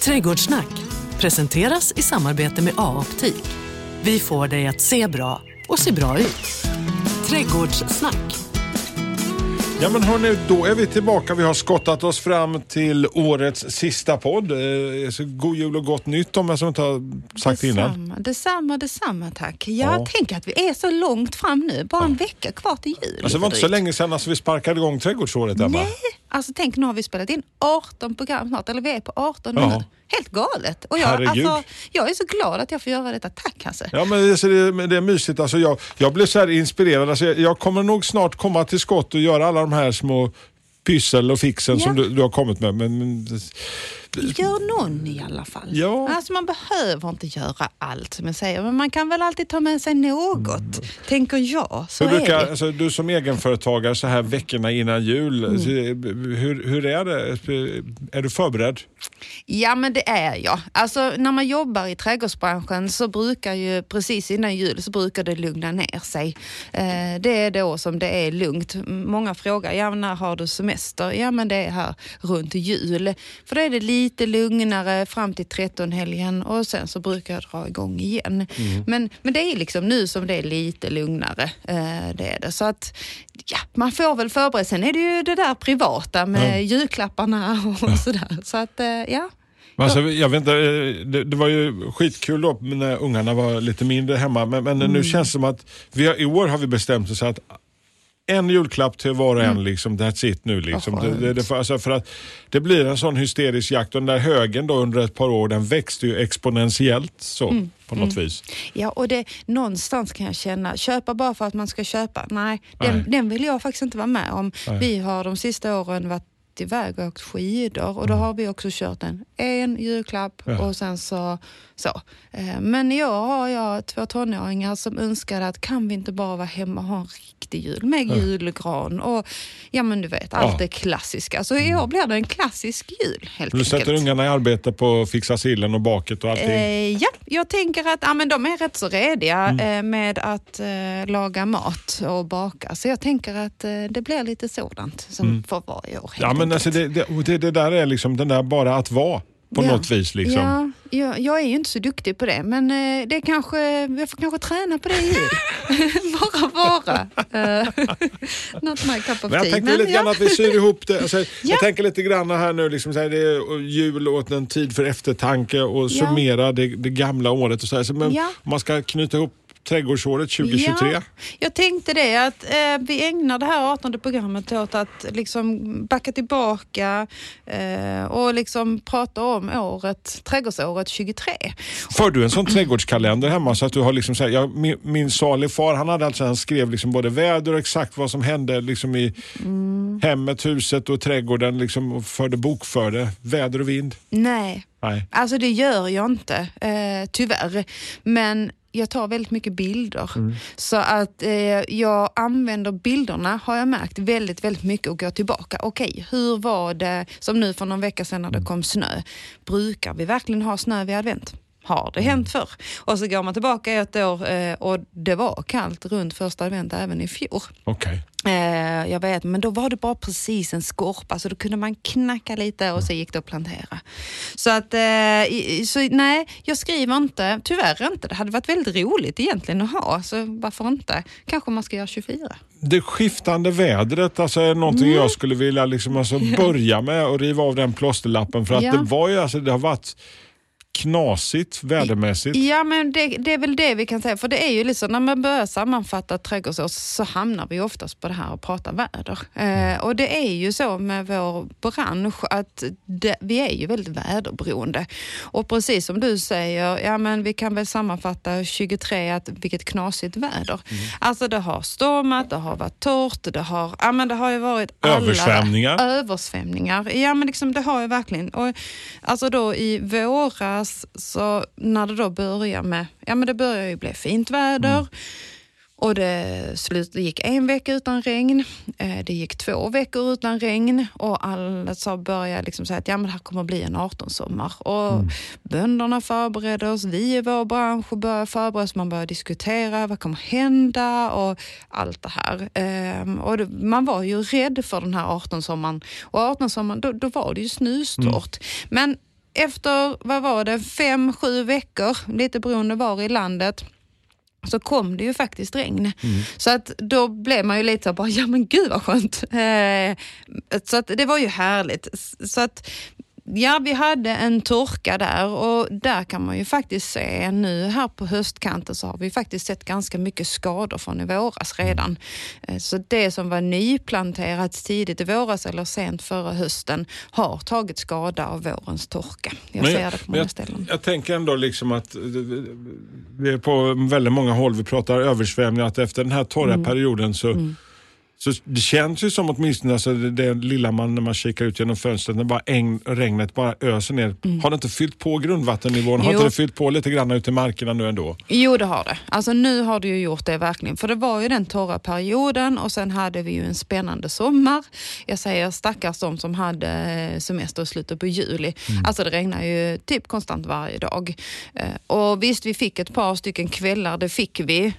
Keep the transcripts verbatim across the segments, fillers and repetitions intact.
Trädgårdssnack presenteras i samarbete med A-optik. Vi får dig att se bra och se bra ut. Trädgårdssnack. Ja men hörni, då är vi tillbaka. Vi har skottat oss fram till årets sista podd. Eh, så god jul och gott nytt om jag som inte har sagt detsamma, innan. Detsamma, detsamma tack. Jag ja. tänker att vi är så långt fram nu. Bara en ja. vecka kvar till jul. Alltså det var inte så länge sedan alltså, vi sparkade igång trädgårdsåret, Emma. Nej, alltså tänk, nu har vi spelat in arton program snart. Eller vi är på arton ja. nu. Helt galet. Och jag, alltså, jag är så glad att jag får göra detta. Tack Hasse. Ja men det, det, det är mysigt. Alltså, jag, jag blev så här inspirerad. Alltså, jag, jag kommer nog snart komma till skott och göra alla de här små pyssel och fixen ja. som du, du har kommit med. Men, men, gör någon i alla fall. Ja. Alltså man behöver inte göra allt som jag säger. Men man kan väl alltid ta med sig något. Mm. Tänker jag. Så hur brukar, är det. Alltså, du som egenföretagare så här veckorna innan jul. Mm. Så, hur, hur är det? Är du förberedd? Ja men det är jag. Alltså när man jobbar i trädgårdsbranschen så brukar ju precis innan jul så brukar det lugna ner sig. Eh, det är då som det är lugnt. Många frågar, ja när har du semester? Ja men det är här runt jul. För då är det lite lugnare fram till trettonhelgen och sen så brukar jag dra igång igen. Mm. Men, men det är liksom nu som det är lite lugnare. Eh, det är det. Så att ja, man får väl förbereda. Sen är det ju det där privata med ja. julklapparna och ja. sådär. Så att eh, ja. Alltså, jag vet inte, det, det var ju skitkul då när ungarna var lite mindre hemma. Men, men mm. nu känns det som att vi har, i år har vi bestämt oss att en julklapp till var och en, mm. liksom, that's it nu. Liksom. Oh, det, det, det, alltså för att det blir en sån hysterisk jakt. Och den där högen då under ett par år, den växte ju exponentiellt så mm. på något mm. vis. Ja, och det, någonstans kan jag känna, köpa bara för att man ska köpa. Nej, den, Nej. den vill jag faktiskt inte vara med om. Nej. Vi har de sista åren varit iväg och åkt skidor och då har vi också kört en, en julklapp ja. och sen så, så. Men i år har jag två tonåringar som önskade att kan vi inte bara vara hemma och ha en riktig jul med ja. julgran och ja men du vet, allt ja. det klassiska. Så i år blir det en klassisk jul helt Du enkelt. sätter ungarna i arbete på att fixa sillen och baket och allting? Eh, ja, jag tänker att ja, men de är rätt så rediga mm. eh, med att eh, laga mat och baka. Så jag tänker att eh, det blir lite sådant som mm. för varje år. Ja, men alltså det, det, det, det där är liksom den där bara att vara på ja. något vis liksom. Ja, jag, jag är ju inte så duktig på det, men eh, det kanske, jag får kanske träna på det i jul. bara vara. Uh, not my cup of men jag tea. tänker men, lite ja. grann att vi syr ihop det. Alltså, ja. Jag tänker lite grann här nu, liksom, så här, det är jul och en tid för eftertanke och summera ja. det, det gamla året och så här. Så, men ja. man ska knyta ihop trädgårdsåret tjugo tjugotre. Ja, jag tänkte det att eh, vi ägnar det här artonde programmet åt att liksom backa tillbaka eh, och liksom prata om året, trädgårdsåret tjugotre. För du en sån trädgårdskalender hemma så att du har liksom så här, jag, min, min salig far, han hade alltså, han skrev liksom både väder och exakt vad som hände liksom i mm. hemmet, huset och trädgården liksom och förde bokförde väder och vind. Nej. Nej. Alltså det gör jag inte, eh, tyvärr. Men jag tar väldigt mycket bilder. Mm. Så att eh, jag använder bilderna, har jag märkt, väldigt, väldigt mycket och går tillbaka. Okej, hur var det som nu för någon vecka sedan när det kom snö? Brukar vi verkligen ha snö vid advent? Har det hänt förr? Och så går man tillbaka ett år eh, och det var kallt runt första advent även i fjol. Okej. Eh, jag vet, men då var det bara precis en skorpa så då kunde man knacka lite och så gick det att plantera. Så att, eh, så, nej, jag skriver inte, tyvärr inte. Det hade varit väldigt roligt egentligen att ha, så varför inte? Kanske man ska göra tjugofyra. Det skiftande vädret, alltså är någonting mm. jag skulle vilja liksom, alltså, börja med och riva av den plåsterlappen för att ja. det var ju, alltså det har varit knasigt vädermässigt. Ja, men det, det är väl det vi kan säga. För det är ju liksom, när man börjar sammanfatta trädgårdsår så hamnar vi oftast på det här och pratar väder. Eh, och det är ju så med vår bransch att det, vi är ju väldigt väderberoende. Och precis som du säger, ja men vi kan väl sammanfatta tjugotre att vilket knasigt väder. Mm. Alltså det har stormat, det har varit torrt, det har, ja men det har ju varit alla översvämningar. Översvämningar. Ja men liksom det har ju verkligen. Och alltså då i våras så när det då börjar med, ja men det börjar ju bli fint väder mm. och det, slut, det gick en vecka utan regn, eh, det gick två veckor utan regn och alla så började liksom säga att ja men det här kommer att bli en arton-sommar och mm. bönderna förberedde oss, vi i vår bransch började förbereda oss, man började diskutera vad kommer hända och allt det här. Eh, och det, man var ju rädd för den här arton-sommaren och arton-sommaren då, då var det ju snustort. Mm. Men efter, vad var det, fem, sju veckor, lite beroende var i landet, så kom det ju faktiskt regn. Mm. Så att då blev man ju lite så bara, ja men gud vad skönt. Eh, så att det var ju härligt. Så att ja, vi hade en torka där och där kan man ju faktiskt se nu här på höstkanten så har vi faktiskt sett ganska mycket skador från i våras redan. Så det som var nyplanterat tidigt i våras eller sent förra hösten har tagit skada av vårens torka. Jag men ser jag, det på många jag, ställen. Jag tänker ändå liksom att vi är på väldigt många håll, vi pratar översvämningar, att efter den här torra mm. perioden så mm. Så det känns ju som åtminstone alltså det, det lilla man när man kikar ut genom fönstret när bara äng, regnet bara öser ner. Mm. Har det inte fyllt på grundvattennivån? Har jo. inte det fyllt på lite grann ut i markerna nu ändå? Jo, det har det. Alltså nu har det ju gjort det verkligen. För det var ju den torra perioden och sen hade vi ju en spännande sommar. Jag säger stackars de som hade semester i slutet på juli. Mm. Alltså det regnar ju typ konstant varje dag. Och visst, vi fick ett par stycken kvällar, det fick vi.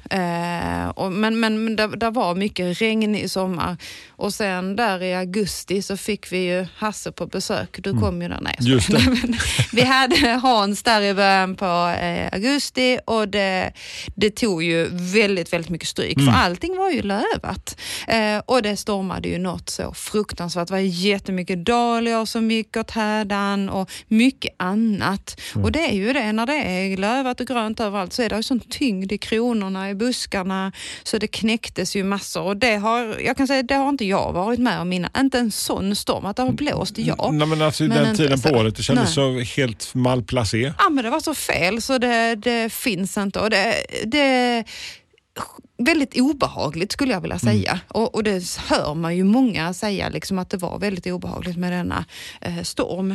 Och, men men, men det, det var mycket regn i sommar. Och sen där i augusti så fick vi ju Hasse på besök. Du kom ju där. Nej, just det. Vi hade Hans där i början på eh, augusti och det, det tog ju väldigt, väldigt mycket stryk. Mm. För allting var ju lövat. Eh, och det stormade ju något så fruktansvärt. Det var jättemycket dahlior som gick åt härdan och mycket annat. Mm. Och det är ju det, när det är lövat och grönt överallt så är det ju sån tyngd i kronorna, i buskarna. Så det knäcktes ju massor. Och det har jag kan säga, det har inte jag varit med om mina. Inte en sån storm, att det har blåst, ja. Nej, men alltså i men den tiden på så, året, det kändes så helt malplacé. Ja, men det var så fel så det, det finns inte. Och det, det är väldigt obehagligt skulle jag vilja säga. Mm. Och, och det hör man ju många säga liksom, att det var väldigt obehagligt med denna eh, storm.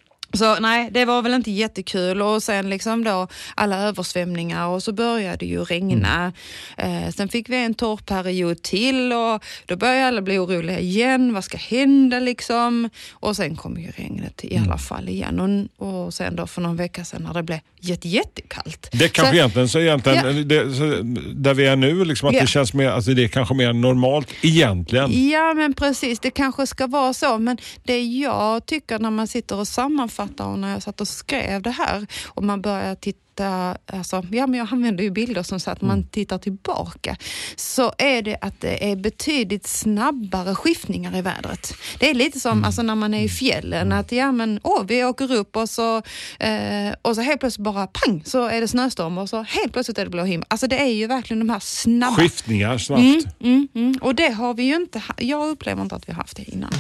Så nej, det var väl inte jättekul och sen liksom då alla översvämningar och så började det ju regna. Mm. Eh, sen fick vi en torrperiod till och då började alla bli oroliga igen. Vad ska hända liksom? Och sen kom ju regnet i alla fall igen. Och, och sen då för någon vecka sedan när det blev jätte, jättekallt. Det kanske så, egentligen, så egentligen ja. det, så, där vi är nu, liksom att ja. det känns mer, alltså det är kanske mer normalt egentligen. Ja, men precis. Det kanske ska vara så. Men det jag tycker när man sitter och sammanfattar och när jag satt och skrev det här och man börjar titta, alltså, ja men jag använder ju bilder som så att man tittar tillbaka, så är det att det är betydligt snabbare skiftningar i vädret. Det är lite som mm. alltså, när man är i fjällen, att ja men åh, vi åker upp och så, eh, och så helt plötsligt bara pang så är det snöstorm och så helt plötsligt är det blå himmel. Alltså det är ju verkligen de här snabba skiftningar snabbt. Mm, mm, mm. Och det har vi ju inte, jag upplever inte att vi har haft det innan.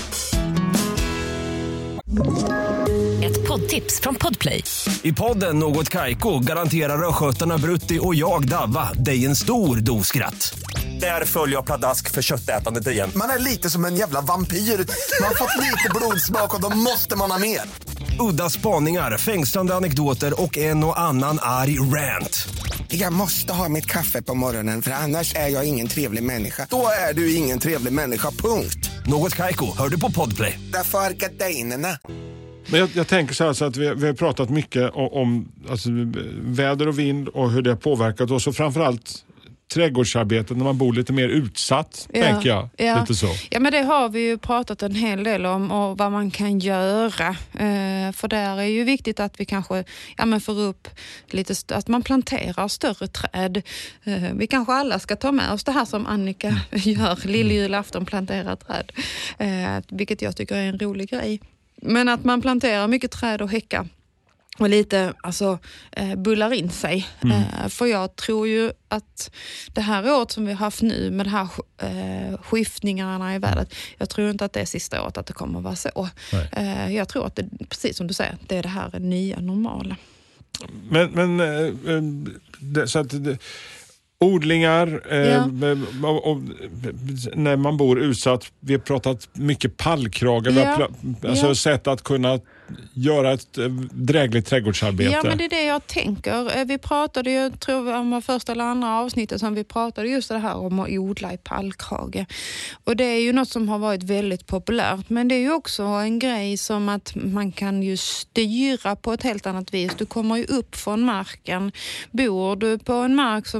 Ett poddtips från Podplay. I podden Något Kaiko garanterar röskötarna Brutti och jag Davva dig en stor doskratt. Där följer jag pladask för köttätandet igen. Man är lite som en jävla vampyr. Man har fått lite blodsmak och då måste man ha mer. Udda spaningar, fängslande anekdoter och en och annan arg rant. Jag måste ha mitt kaffe på morgonen för annars är jag ingen trevlig människa. Då är du ingen trevlig människa, punkt. Något Kaiko, hör du på Podplay. Därför är gardinerna. Men jag, jag tänker så här så att vi, vi har pratat mycket om, om alltså, väder och vind och hur det har påverkat oss och framförallt trädgårdsarbetet när man bor lite mer utsatt, ja, tänker jag. Ja. Lite så. Ja, men det har vi ju pratat en hel del om och vad man kan göra. Eh, för där är ju viktigt att vi kanske ja, men får upp lite, st- att man planterar större träd. Eh, vi kanske alla ska ta med oss det här som Annika mm. gör, lilljulafton planterar träd. Eh, vilket jag tycker är en rolig grej. Men att man planterar mycket träd och häckar och lite alltså, eh, bullar in sig. Mm. Eh, för jag tror ju att det här året som vi har haft nu med de här eh, skiftningarna i vädret, jag tror inte att det är sista året att det kommer att vara så. Eh, jag tror att det, precis som du säger, det är det här nya normala. Men, men eh, det, så att det, odlingar eh, ja. och, och, när man bor utsatt, vi har pratat mycket pallkragar, ja. vi har pl- alltså ja. sätt att kunna göra ett drägligt trädgårdsarbete. Ja, men det är det jag tänker. Vi pratade ju, tror jag, om första eller andra avsnittet som vi pratade just det här om att odla i pallkrage. Och det är ju något som har varit väldigt populärt, men det är ju också en grej som att man kan ju styra på ett helt annat vis. Du kommer ju upp från marken. Bor du på en mark som är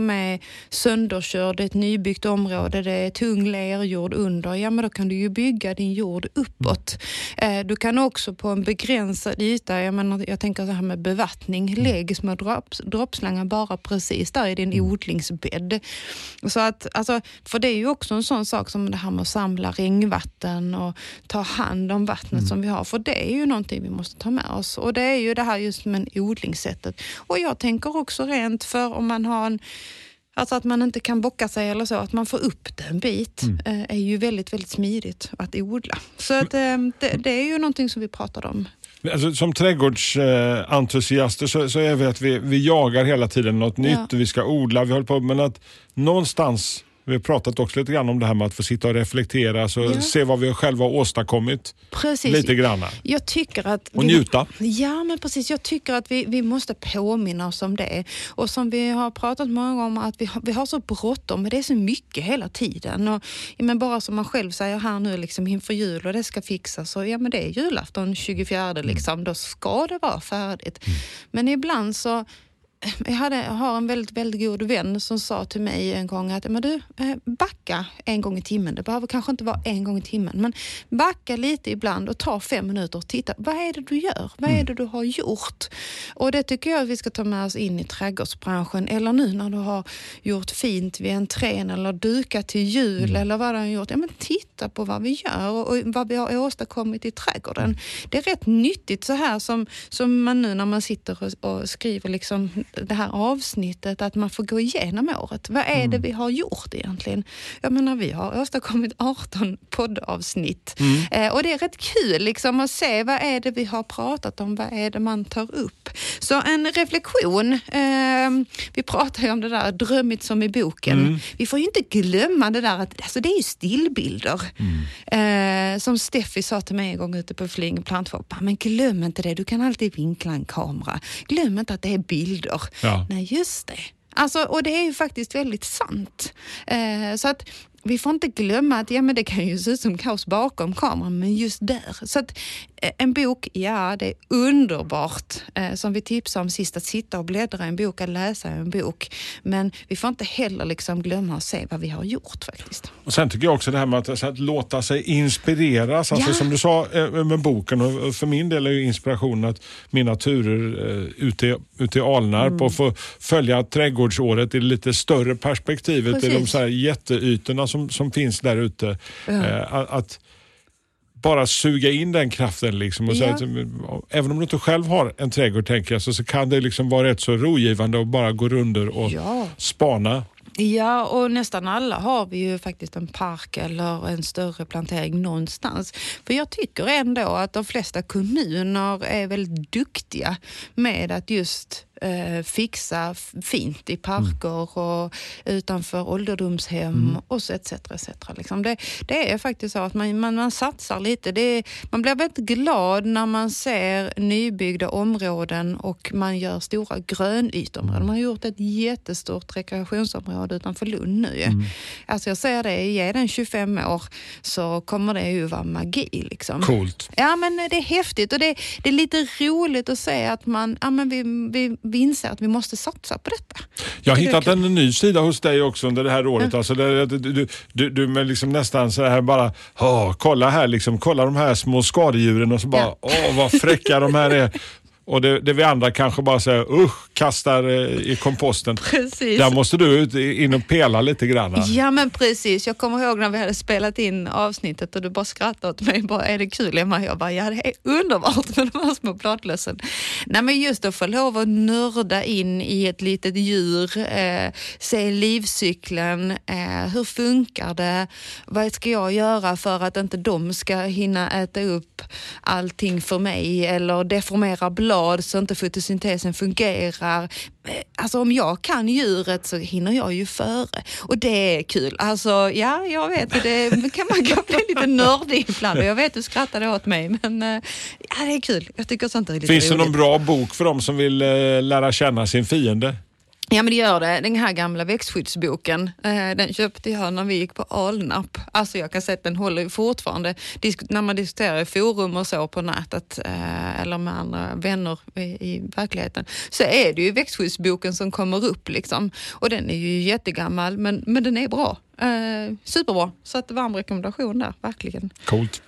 sönderkörd, ett nybyggt område, det är tung lerjord under, ja men då kan du ju bygga din jord uppåt. Eh, du kan också på en begränsad yta, jag menar, jag tänker så här med bevattning, lägg små drops, droppslangar bara precis där i din odlingsbädd. Så att, alltså, för det är ju också en sån sak som det här med att samla regnvatten och ta hand om vattnet mm. som vi har, för det är ju någonting vi måste ta med oss. Och det är ju det här just med odlingssättet. Och jag tänker också rent för om man har en, alltså att man inte kan bocka sig eller så, att man får upp det en bit mm. eh, är ju väldigt, väldigt smidigt att odla. Så att, eh, det, det är ju någonting som vi pratade om. Alltså, som trädgårdsentusiaster så, så är vi att vi, vi jagar hela tiden något nytt och vi ska odla, vi håller på, men att någonstans, vi har pratat också lite grann om det här med att få sitta och reflektera så ja. se vad vi själva har åstadkommit. Precis. Lite grann. Jag tycker att och vi, njuta. Ja, men precis. Jag tycker att vi, vi måste påminna oss om det. Och som vi har pratat många gånger om, att vi har, vi har så bråttom, men det är så mycket hela tiden. Och, ja, men bara som man själv säger här nu liksom, inför jul och det ska fixas. Så, ja, men det är julafton tjugofjärde liksom, mm. då ska det vara färdigt. Mm. Men ibland så Jag, hade, jag har en väldigt, väldigt god vän som sa till mig en gång att men du, backa en gång i timmen. Det behöver kanske inte vara en gång i timmen, men backa lite ibland och ta fem minuter och titta. Vad är det du gör? Vad är det du har gjort? Och det tycker jag att vi ska ta med oss in i trädgårdsbranschen. Eller nu när du har gjort fint vid entrén eller dukat till jul mm. eller vad du har gjort. Ja, men titta på vad vi gör och, och vad vi har åstadkommit i trädgården. Mm. Det är rätt nyttigt så här som, som man nu när man sitter och, och skriver liksom det här avsnittet, att man får gå igenom året. Vad är mm. det vi har gjort egentligen? Jag menar, vi har åstadkommit arton poddavsnitt. Mm. Eh, och det är rätt kul liksom att se vad är det vi har pratat om, vad är det man tar upp. Så en reflektion. Eh, vi pratar ju om det där drömmigt som i boken. Mm. Vi får ju inte glömma det där att alltså, det är ju stillbilder. Mm. Eh, som Steffi sa till mig en gång ute på Fling plantshop. Men glöm inte det, du kan alltid vinkla en kamera. Glöm inte att det är bilder. Ja. Nej, just det. Alltså, och det är ju faktiskt väldigt sant. Eh, så att vi får inte glömma att ja, men det kan ju se ut som kaos bakom kameran, men just där. Så att eh, en bok, ja, det är underbart. Eh, som vi tipsade om sist, att sitta och bläddra en bok, att läsa en bok. Men vi får inte heller liksom glömma att se vad vi har gjort faktiskt. Och sen tycker jag också det här med att, att låta sig inspireras. Alltså, ja. Som du sa eh, med boken, och för min del är ju inspirationen att mina turer eh, ute, ute i Alnarp mm. och få följa trädgårdsåret i det lite större perspektivet. Precis. I de så här jätteytorna som, som finns där ute. Ja. Eh, att, att bara suga in den kraften liksom och ja. säga att, även om du inte själv har en trädgård, tänker jag, så, så kan det liksom vara rätt så rogivande att bara gå runder och ja. spana. Ja, och nästan alla har vi ju faktiskt en park eller en större plantering någonstans. För jag tycker ändå att de flesta kommuner är väldigt duktiga med att just eh, fixa fint i parker och utanför ålderdomshem mm. och så et cetera et cetera. Liksom det, det är faktiskt så att man, man, man satsar lite. Det är, man blir väldigt glad när man ser nybyggda områden och man gör stora grönytområden. Man har gjort ett jättestort rekreationsområde utanför Lund nu. Mm. Alltså jag säger det, ge den tjugofem år så kommer det ju vara magi liksom. Coolt. Ja, men det är häftigt och det, det är lite roligt att se att man, ja, men vi, vi, vi inser att vi måste satsa på detta. Jag har hittat en ny sida hos dig också under det här året. Ja. Alltså det, du, du, du, du med liksom nästan så här bara, åh, kolla här liksom, kolla de här små skadedjuren och så bara, ja. åh vad fräcka de här är. Och det, det vi andra kanske bara säger, usch, kastar i komposten. Precis. Där måste du ut, in och pela lite grann. Ja, men precis. Jag kommer ihåg när vi hade spelat in avsnittet och du bara skrattade åt mig. Bara, är det kul, Emma? Jag bara, ja, det är underbart med de här små platlösen. Nej, men just att få lov att nörda in i ett litet djur, eh, se livscykeln, eh, hur funkar det? Vad ska jag göra för att inte de ska hinna äta upp allting för mig eller deformera blad så inte fotosyntesen fungerar. Alltså om jag kan djuret så hinner jag ju före. Och det är kul. Alltså ja, jag vet det kan man kan bli lite nördig ibland. Jag vet du skrattade åt mig, men ja, det är kul. Jag tycker sånt är lite Finns roligt. Det någon bra bok för dem som vill eh, lära känna sin fiende? Ja, men det gör det. Den här gamla växtskyddsboken, eh, den köpte jag när vi gick på Alnarp. Alltså jag kan säga att den håller ju fortfarande, disk- när man diskuterar i forum och så på nätet, eh, eller med andra vänner i, i verkligheten, så är det ju växtskyddsboken som kommer upp liksom. Och den är ju jättegammal, men, men den är bra. Eh, superbra. Så att varm rekommendation där, verkligen. Coolt.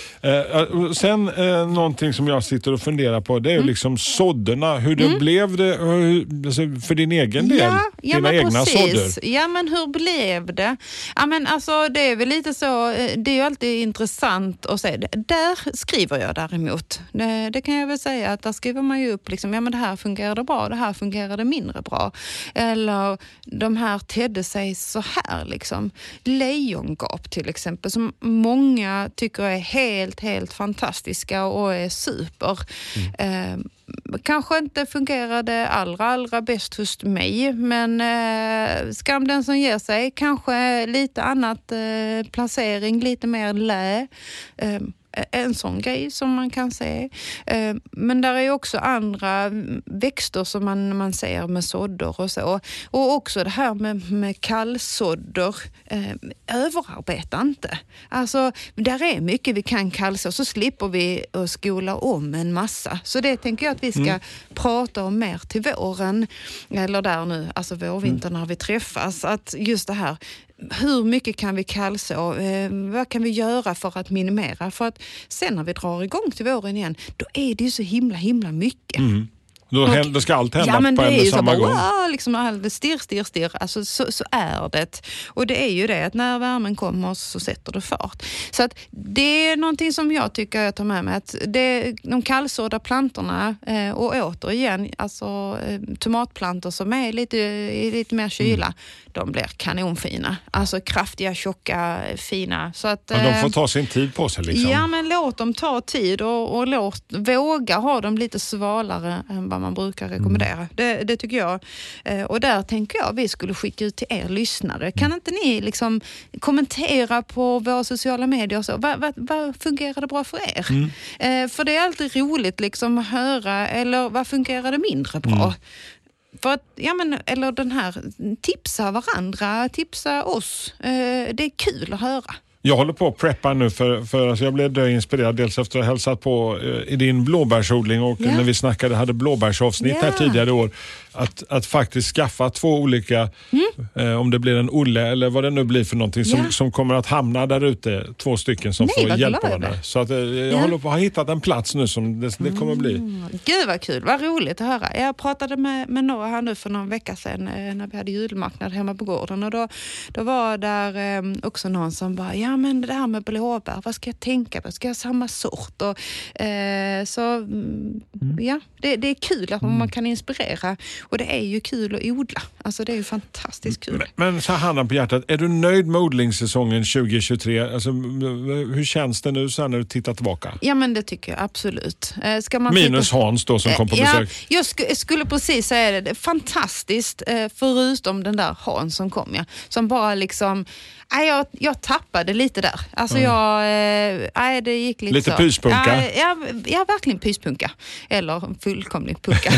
Eh, sen eh, någonting som jag sitter och funderar på, det är ju mm. liksom sådderna, hur det mm. blev det hur, alltså för din egen del, ja, ja, dina egna precis. sådder. Ja, men hur blev det? Ja, men alltså det är väl lite så, det är ju alltid intressant att se. Där skriver jag däremot. Det, det kan jag väl säga att där skriver man ju upp liksom, ja men det här fungerade bra, det här fungerade mindre bra. Eller de här tedde sig så här liksom. Lejongap till exempel, som många tycker är helt, helt fantastiska och är super. Mm. Eh, kanske inte fungerade allra, allra bäst hos mig, men eh, skam den som ger sig. Kanske lite annat eh, placering, lite mer lä. Eh, en sån grej som man kan se. Eh, men där är också andra växter som man, man ser med sådder och så. Och också det här med, med kallsådder. Eh, överarbeta inte. Alltså, där är mycket vi kan kallså, så slipper vi att skola om en massa. Så det tänker jag att vi ska mm. prata om mer till våren. Eller där nu, alltså vårvintern när vi träffas. Att just det här, hur mycket kan vi kallså? Eh, vad kan vi göra för att minimera? För att sen när vi drar igång till våren igen, då är det ju så himla, himla mycket. Mm. Då, och, händer, ska allt hända ja, men på det en är ju samma så gång. Bara, liksom, all, stirr, stirr, stirr. Alltså, så, så är det. Och det är ju det att när värmen kommer så sätter det fart. Så att det är någonting som jag tycker jag tar med mig. Att det, de kallsådda plantorna eh, och återigen, alltså eh, tomatplantor som är lite, i lite mer kyla, mm. de blir kanonfina. Alltså kraftiga, tjocka, fina. Så att, eh, de får ta sin tid på sig liksom. Ja, men låt dem ta tid och, och låt, våga ha dem lite svalare än vad man brukar rekommendera. Mm. Det, det tycker jag. Eh, och där tänker jag vi skulle skicka ut till er lyssnare. Kan inte ni liksom kommentera på våra sociala medier och så? Vad, vad, vad fungerar det bra för er? Mm. Eh, för det är alltid roligt liksom att höra, eller vad fungerar det mindre bra? Mm. För att, ja men, eller den här, tipsa varandra, tipsa oss. Eh, det är kul att höra. Jag håller på att preppa nu för, för alltså jag blev dö inspirerad dels efter att ha hälsat på eh, i din blåbärsodling och yeah. när vi snackade hade blåbärsavsnitt yeah. här tidigare i år. Att, att faktiskt skaffa två olika, mm. eh, om det blir en Olle eller vad det nu blir för någonting som, yeah. som kommer att hamna där ute, två stycken som Nej, får hjälp av det. Så att, eh, jag yeah. håller på att ha hittat en plats nu som det, det kommer att bli. Mm. Gud vad kul, vad roligt att höra. Jag pratade med, med Noah här nu för någon vecka sedan eh, när vi hade julmarknad hemma på gården och då, då var där eh, också någon som bara, ja men det här med blåbär, vad ska jag tänka på? Ska jag ha samma sort? Och, eh, så mm. ja, det, det är kul att mm. man kan inspirera. Och det är ju kul att odla. Alltså det är ju fantastiskt kul. Men, men så handen på hjärtat, är du nöjd med odlingssäsongen tjugo tjugotre? Alltså, hur känns det nu så när du tittar tillbaka? Ja men det tycker jag absolut. Ska man Minus titta... Hans då som kom på besök. Ja, jag sk- skulle precis säga det. Det är fantastiskt förutom den där Hans som kom. Ja, som bara liksom... Nej, jag, jag tappade lite där. Alltså mm. jag... Nej, det gick lite Lite så. pyspunka? Ja, ja, ja, verkligen pyspunka. Eller fullkomligt punka.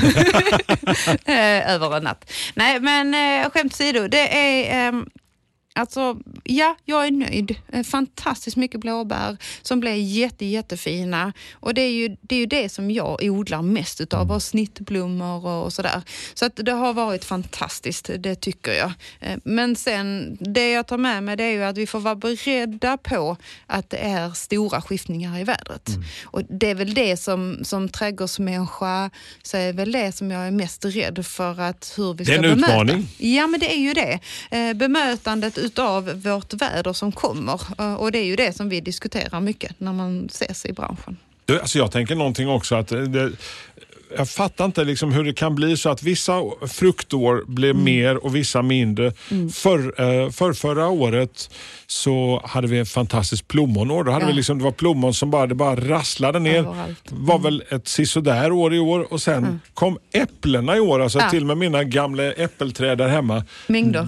Över en natt. Nej, men skämt åsido. Det är... Um, Alltså, ja, jag är nöjd. Fantastiskt mycket blåbär som blir jätte, jättefina. Och det är ju det, är ju det som jag odlar mest utav, och snittblommor och, och sådär. Så att det har varit fantastiskt, det tycker jag. Men sen, det jag tar med mig det är ju att vi får vara beredda på att det är stora skiftningar i vädret. Mm. Och det är väl det som, som trädgårdsmänniska, så är väl det som jag är mest rädd för att hur vi ska bemöta. Det är en utmaning. Ja, men det är ju det. Bemötandet utav vårt väder som kommer. Och det är ju det som vi diskuterar mycket när man ses i branschen. Alltså jag tänker någonting också att det, jag fattar inte liksom hur det kan bli så att vissa fruktår blir mm. mer och vissa mindre. Mm. För, för förra året så hade vi en fantastisk plommonår. Då hade ja. vi liksom, det var plommon som bara, det bara rasslade ner. Mm. var väl ett sisådär år i år. Och sen mm. kom äpplena i år. Alltså ja. till och med mina gamla äppelträd där hemma. Mängder.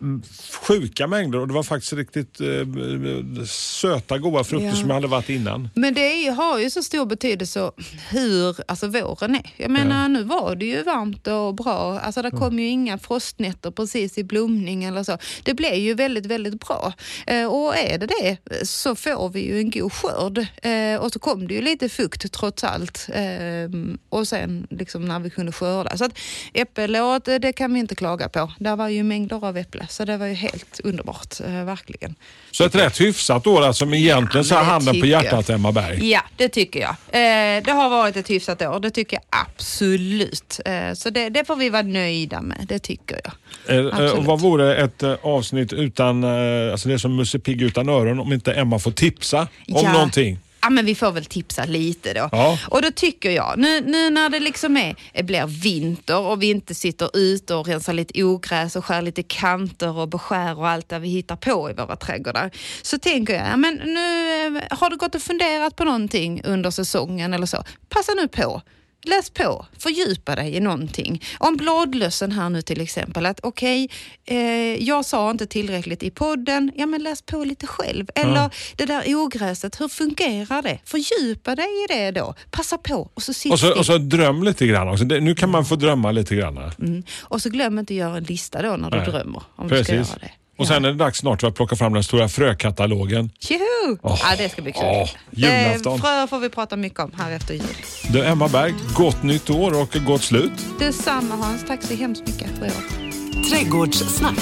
sjuka mängder och det var faktiskt riktigt eh, söta, goda frukter ja. som jag hade varit innan. Men det är, har ju så stor betydelse hur alltså våren är. Jag menar, ja. nu var det ju varmt och bra. Alltså det kom ju inga frostnätter precis i blomning eller så. Det blev ju väldigt, väldigt bra. Eh, och är det det så får vi ju en god skörd. Eh, och så kom det ju lite fukt trots allt. Eh, och sen liksom när vi kunde skörda. Så att äppelåt, det kan vi inte klaga på. Där var ju mängder av äpplen. Så det var ju helt underbart, eh, verkligen. Så ett rätt hyfsat år alltså, som egentligen ja, så har handen på hjärtat, Emma Berg. Ja, det tycker jag. Eh, det har varit ett hyfsat år, det tycker jag absolut. Eh, så det, det får vi vara nöjda med, det tycker jag. Eh, och vad vore ett eh, avsnitt utan, eh, alltså det är som Musse Pigg utan öron, om inte Emma får tipsa om ja. någonting? Ja, men vi får väl tipsa lite då. Ja. Och då tycker jag, nu, nu när det liksom är, det blir vinter och vi inte sitter ute och rensar lite ogräs och skär lite kanter och beskär och allt där vi hittar på i våra trädgårdar. Så tänker jag, ja, men nu har du gått och funderat på någonting under säsongen eller så. Passa nu på. Läs på, fördjupa dig i någonting. Om bladlössen här nu till exempel, att okej, okay, eh, jag sa inte tillräckligt i podden, ja men läs på lite själv. Eller ja. det där ogräset, hur fungerar det? Fördjupa dig i det då, passa på. Och så, och så, och så dröm lite grann också. Det, nu kan man få drömma lite grann. Mm. Och så glöm inte att göra en lista då när du Nej. drömmer, om Precis. du ska göra det. Och sen är det dags snart att plocka fram den stora frökatalogen. Tjoho! Oh, ja, det ska bli kul. Oh, julafton. Frö får vi prata mycket om här efter jul. Du, Emma Berg, gott nytt år och gott slut. Detsamma Hans, tack så hemskt mycket för år. Trädgårdssnack.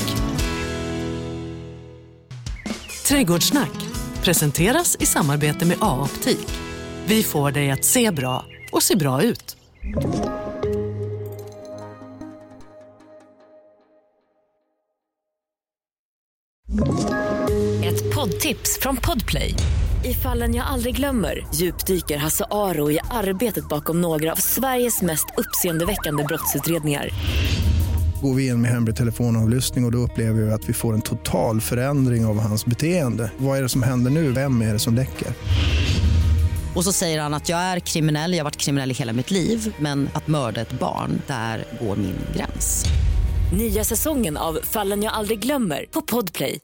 Trädgårdssnack presenteras i samarbete med A-optik. Vi får dig att se bra och se bra ut. Ett poddtips från Podplay. I Fallen jag aldrig glömmer djupdyker Hasse Aro i arbetet bakom några av Sveriges mest uppseendeväckande brottsutredningar. Går vi in med hemlig telefonavlyssning och, och då upplever vi att vi får en total förändring av hans beteende. Vad är det som händer nu? Vem är det som läcker? Och så säger han att jag är kriminell, jag har varit kriminell i hela mitt liv. Men att mörda ett barn, där går min gräns. Nya säsongen av Fallen jag aldrig glömmer på Podplay.